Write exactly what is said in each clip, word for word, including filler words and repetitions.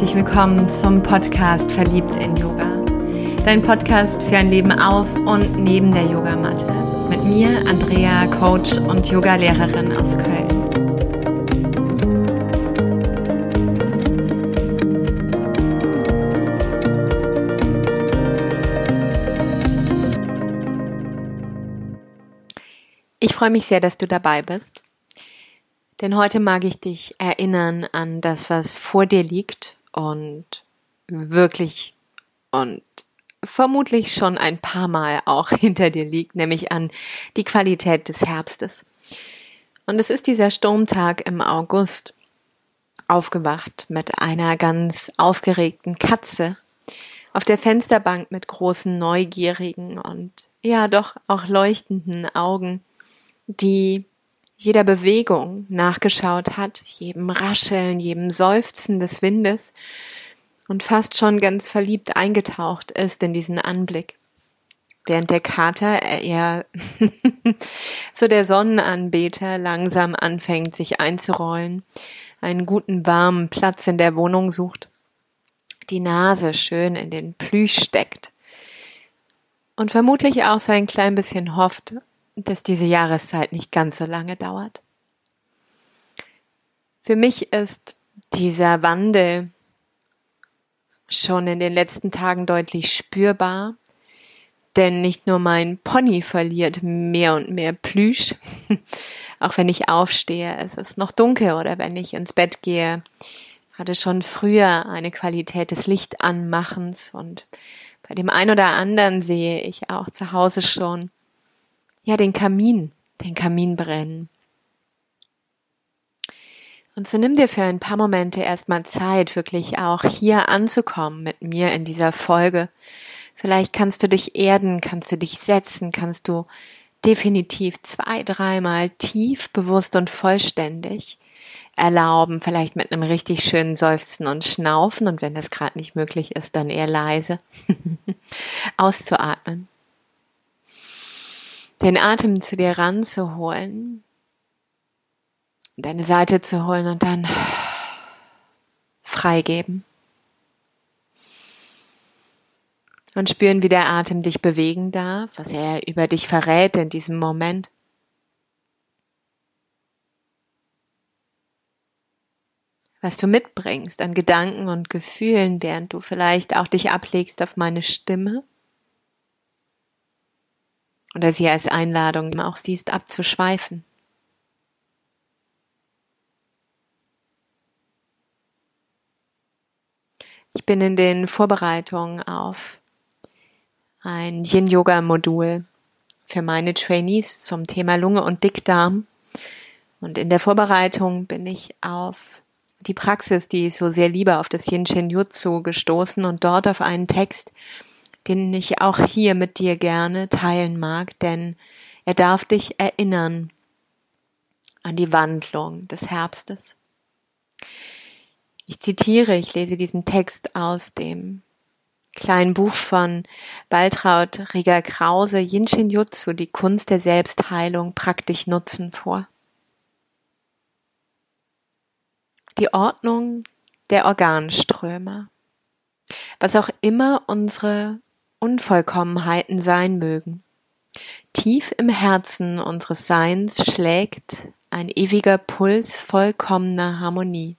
herzlich willkommen zum Podcast Verliebt in Yoga. Dein Podcast für ein Leben auf und neben der Yogamatte. Mit mir, Andrea, Coach und Yogalehrerin aus Köln. Ich freue mich sehr, dass du dabei bist. Denn heute mag ich dich erinnern an das, was vor dir liegt und wirklich und vermutlich schon ein paar Mal auch hinter dir liegt, nämlich an die Qualität des Herbstes. Und es ist dieser Sturmtag im August, aufgewacht mit einer ganz aufgeregten Katze auf der Fensterbank mit großen, neugierigen und ja doch auch leuchtenden Augen, die jeder Bewegung nachgeschaut hat, jedem Rascheln, jedem Seufzen des Windes und fast schon ganz verliebt eingetaucht ist in diesen Anblick. Während der Kater, eher so der Sonnenanbeter, langsam anfängt, sich einzurollen, einen guten warmen Platz in der Wohnung sucht, die Nase schön in den Plüsch steckt und vermutlich auch so ein klein bisschen hofft, dass diese Jahreszeit nicht ganz so lange dauert. Für mich ist dieser Wandel schon in den letzten Tagen deutlich spürbar, denn nicht nur mein Pony verliert mehr und mehr Plüsch, auch wenn ich aufstehe, es ist noch dunkel oder wenn ich ins Bett gehe, hatte schon früher eine Qualität des Lichtanmachens und bei dem einen oder anderen sehe ich auch zu Hause schon Ja, den Kamin, den Kamin brennen. Und so nimm dir für ein paar Momente erstmal Zeit, wirklich auch hier anzukommen mit mir in dieser Folge. Vielleicht kannst du dich erden, kannst du dich setzen, kannst du definitiv zwei, dreimal tief, bewusst und vollständig erlauben, vielleicht mit einem richtig schönen Seufzen und Schnaufen und wenn das gerade nicht möglich ist, dann eher leise, auszuatmen. Den Atem zu dir ranzuholen, deine Seite zu holen und dann freigeben. Und spüren, wie der Atem dich bewegen darf, was er über dich verrät in diesem Moment. Was du mitbringst an Gedanken und Gefühlen, während du vielleicht auch dich ablegst auf meine Stimme. Oder sie als Einladung auch siehst, abzuschweifen. Ich bin in den Vorbereitungen auf ein Yin-Yoga-Modul für meine Trainees zum Thema Lunge und Dickdarm. Und in der Vorbereitung bin ich auf die Praxis, die ich so sehr liebe, auf das Yin-Shin-Jutsu gestoßen und dort auf einen Text, den ich auch hier mit dir gerne teilen mag, denn er darf dich erinnern an die Wandlung des Herbstes. Ich zitiere, ich lese diesen Text aus dem kleinen Buch von Waltraud Rieger-Krause, Yin-Shin-Jutsu, die Kunst der Selbstheilung praktisch nutzen vor. Die Ordnung der Organströme. Was auch immer unsere Unvollkommenheiten sein mögen. Tief im Herzen unseres Seins schlägt ein ewiger Puls vollkommener Harmonie.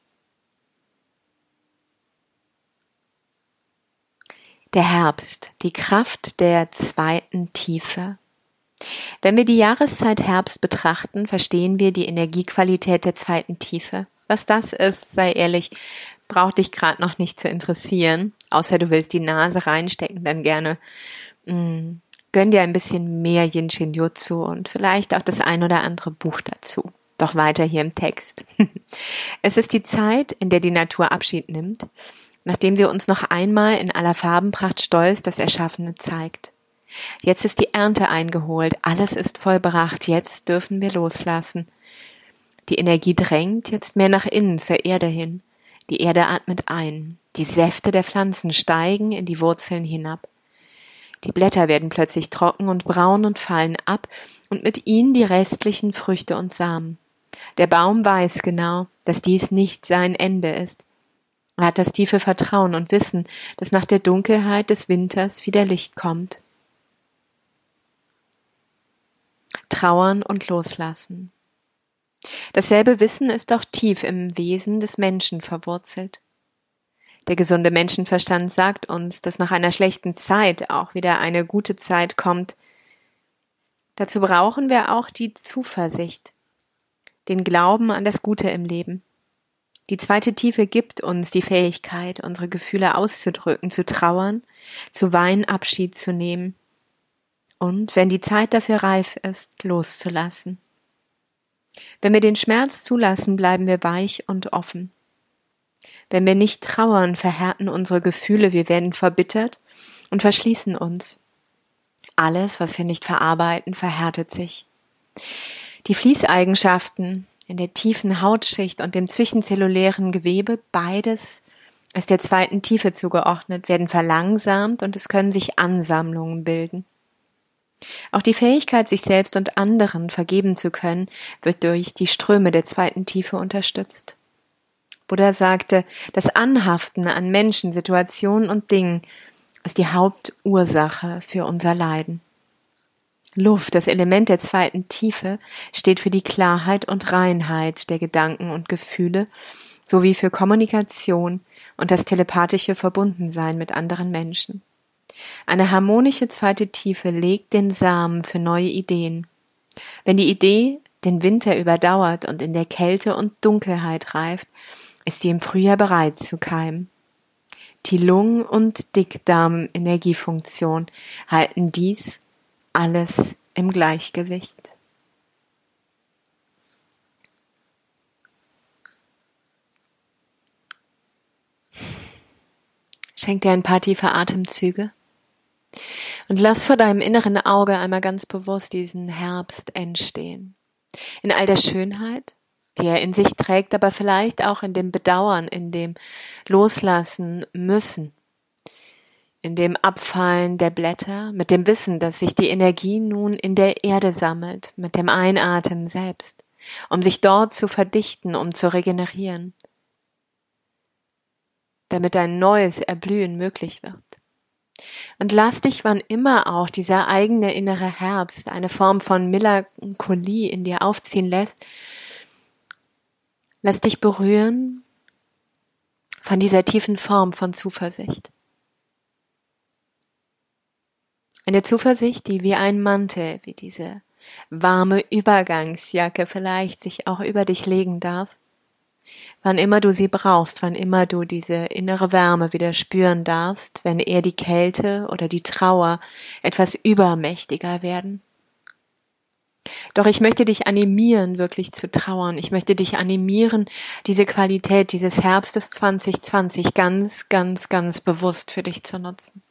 Der Herbst, die Kraft der zweiten Tiefe. Wenn wir die Jahreszeit Herbst betrachten, verstehen wir die Energiequalität der zweiten Tiefe. Was das ist, sei ehrlich, braucht dich gerade noch nicht zu interessieren, außer du willst die Nase reinstecken, dann gerne mh, gönn dir ein bisschen mehr Yin-Shin-Jutsu und vielleicht auch das ein oder andere Buch dazu. Doch weiter hier im Text. Es ist die Zeit, in der die Natur Abschied nimmt, nachdem sie uns noch einmal in aller Farbenpracht stolz das Erschaffene zeigt. Jetzt ist die Ernte eingeholt, alles ist vollbracht, jetzt dürfen wir loslassen. Die Energie drängt jetzt mehr nach innen, zur Erde hin. Die Erde atmet ein. Die Säfte der Pflanzen steigen in die Wurzeln hinab. Die Blätter werden plötzlich trocken und braun und fallen ab und mit ihnen die restlichen Früchte und Samen. Der Baum weiß genau, dass dies nicht sein Ende ist. Er hat das tiefe Vertrauen und Wissen, dass nach der Dunkelheit des Winters wieder Licht kommt. Trauern und Loslassen. Dasselbe Wissen ist auch tief im Wesen des Menschen verwurzelt. Der gesunde Menschenverstand sagt uns, dass nach einer schlechten Zeit auch wieder eine gute Zeit kommt. Dazu brauchen wir auch die Zuversicht, den Glauben an das Gute im Leben. Die zweite Tiefe gibt uns die Fähigkeit, unsere Gefühle auszudrücken, zu trauern, zu weinen, Abschied zu nehmen und, wenn die Zeit dafür reif ist, loszulassen. Wenn wir den Schmerz zulassen, bleiben wir weich und offen. Wenn wir nicht trauern, verhärten unsere Gefühle, wir werden verbittert und verschließen uns. Alles, was wir nicht verarbeiten, verhärtet sich. Die Fließeigenschaften in der tiefen Hautschicht und dem zwischenzellulären Gewebe, beides ist der zweiten Tiefe zugeordnet, werden verlangsamt und es können sich Ansammlungen bilden. Auch die Fähigkeit, sich selbst und anderen vergeben zu können, wird durch die Ströme der zweiten Tiefe unterstützt. Buddha sagte, das Anhaften an Menschen, Situationen und Dingen ist die Hauptursache für unser Leiden. Luft, das Element der zweiten Tiefe, steht für die Klarheit und Reinheit der Gedanken und Gefühle sowie für Kommunikation und das telepathische Verbundensein mit anderen Menschen. Eine harmonische zweite Tiefe legt den Samen für neue Ideen. Wenn die Idee den Winter überdauert und in der Kälte und Dunkelheit reift, ist sie im Frühjahr bereit zu keimen. Die Lungen- und Dickdarm-Energiefunktion halten dies alles im Gleichgewicht. Schenk dir ein paar tiefe Atemzüge und lass vor deinem inneren Auge einmal ganz bewusst diesen Herbst entstehen. In all der Schönheit, die er in sich trägt, aber vielleicht auch in dem Bedauern, in dem Loslassen müssen, in dem Abfallen der Blätter, mit dem Wissen, dass sich die Energie nun in der Erde sammelt, mit dem Einatmen selbst, um sich dort zu verdichten, um zu regenerieren, damit ein neues Erblühen möglich wird. Und lass dich, wann immer auch dieser eigene innere Herbst eine Form von Melancholie in dir aufziehen lässt, lass dich berühren von dieser tiefen Form von Zuversicht. Eine Zuversicht, die wie ein Mantel, wie diese warme Übergangsjacke vielleicht sich auch über dich legen darf, wann immer du sie brauchst, wann immer du diese innere Wärme wieder spüren darfst, wenn eher die Kälte oder die Trauer etwas übermächtiger werden. Doch ich möchte dich animieren, wirklich zu trauern. Ich möchte dich animieren, diese Qualität dieses Herbstes zwanzig zwanzig ganz, ganz, ganz bewusst für dich zu nutzen.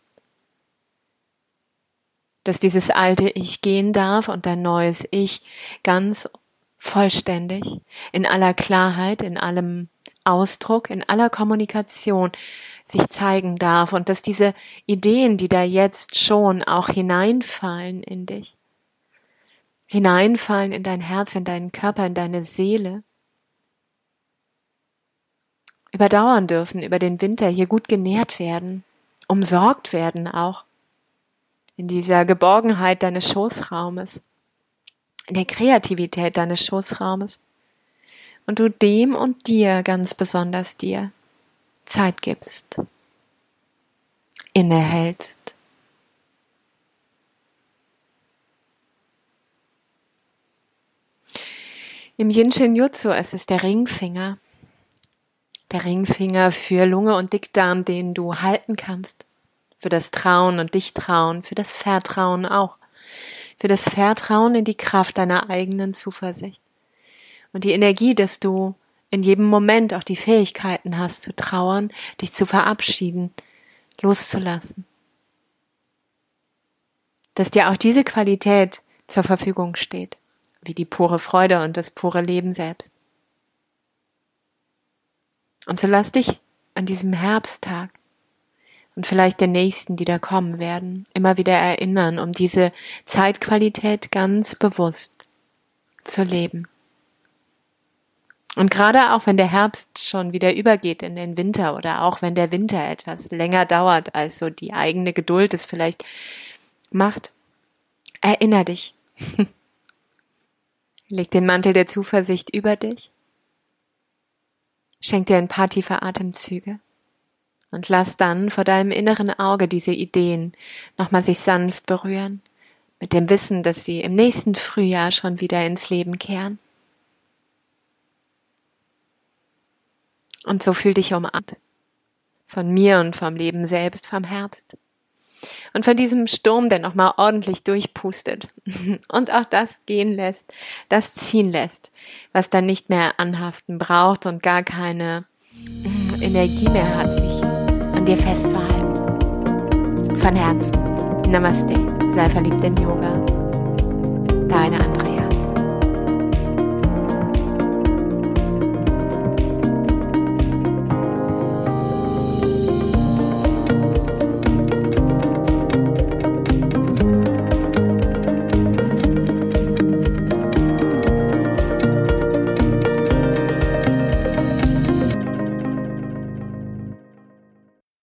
Dass dieses alte Ich gehen darf und dein neues Ich ganz vollständig, in aller Klarheit, in allem Ausdruck, in aller Kommunikation sich zeigen darf und dass diese Ideen, die da jetzt schon auch hineinfallen in dich, hineinfallen in dein Herz, in deinen Körper, in deine Seele, überdauern dürfen über den Winter, hier gut genährt werden, umsorgt werden auch, in dieser Geborgenheit deines Schoßraumes, in der Kreativität deines Schoßraumes und du dem und dir, ganz besonders dir, Zeit gibst, innehältst. Im Yin-Shin-Jutsu ist es der Ringfinger, der Ringfinger für Lunge und Dickdarm, den du halten kannst. Für das Trauen und dich trauen, für das Vertrauen auch. Für das Vertrauen in die Kraft deiner eigenen Zuversicht. Und die Energie, dass du in jedem Moment auch die Fähigkeiten hast zu trauern, dich zu verabschieden, loszulassen. Dass dir auch diese Qualität zur Verfügung steht, wie die pure Freude und das pure Leben selbst. Und so lass dich an diesem Herbsttag und vielleicht den nächsten, die da kommen werden, immer wieder erinnern, um diese Zeitqualität ganz bewusst zu leben. Und gerade auch wenn der Herbst schon wieder übergeht in den Winter oder auch wenn der Winter etwas länger dauert, als so die eigene Geduld es vielleicht macht, erinner dich. Leg den Mantel der Zuversicht über dich. Schenk dir ein paar tiefe Atemzüge und lass dann vor deinem inneren Auge diese Ideen nochmal sich sanft berühren, mit dem Wissen, dass sie im nächsten Frühjahr schon wieder ins Leben kehren. Und so fühl dich umarmt. Von mir und vom Leben selbst, vom Herbst. Und von diesem Sturm, der nochmal ordentlich durchpustet. Und auch das gehen lässt, das ziehen lässt, was dann nicht mehr anhaften braucht und gar keine Energie mehr hat, sich an dir festzuhalten. Von Herzen. Namaste. Sei verliebt in Yoga. Deine Andrea.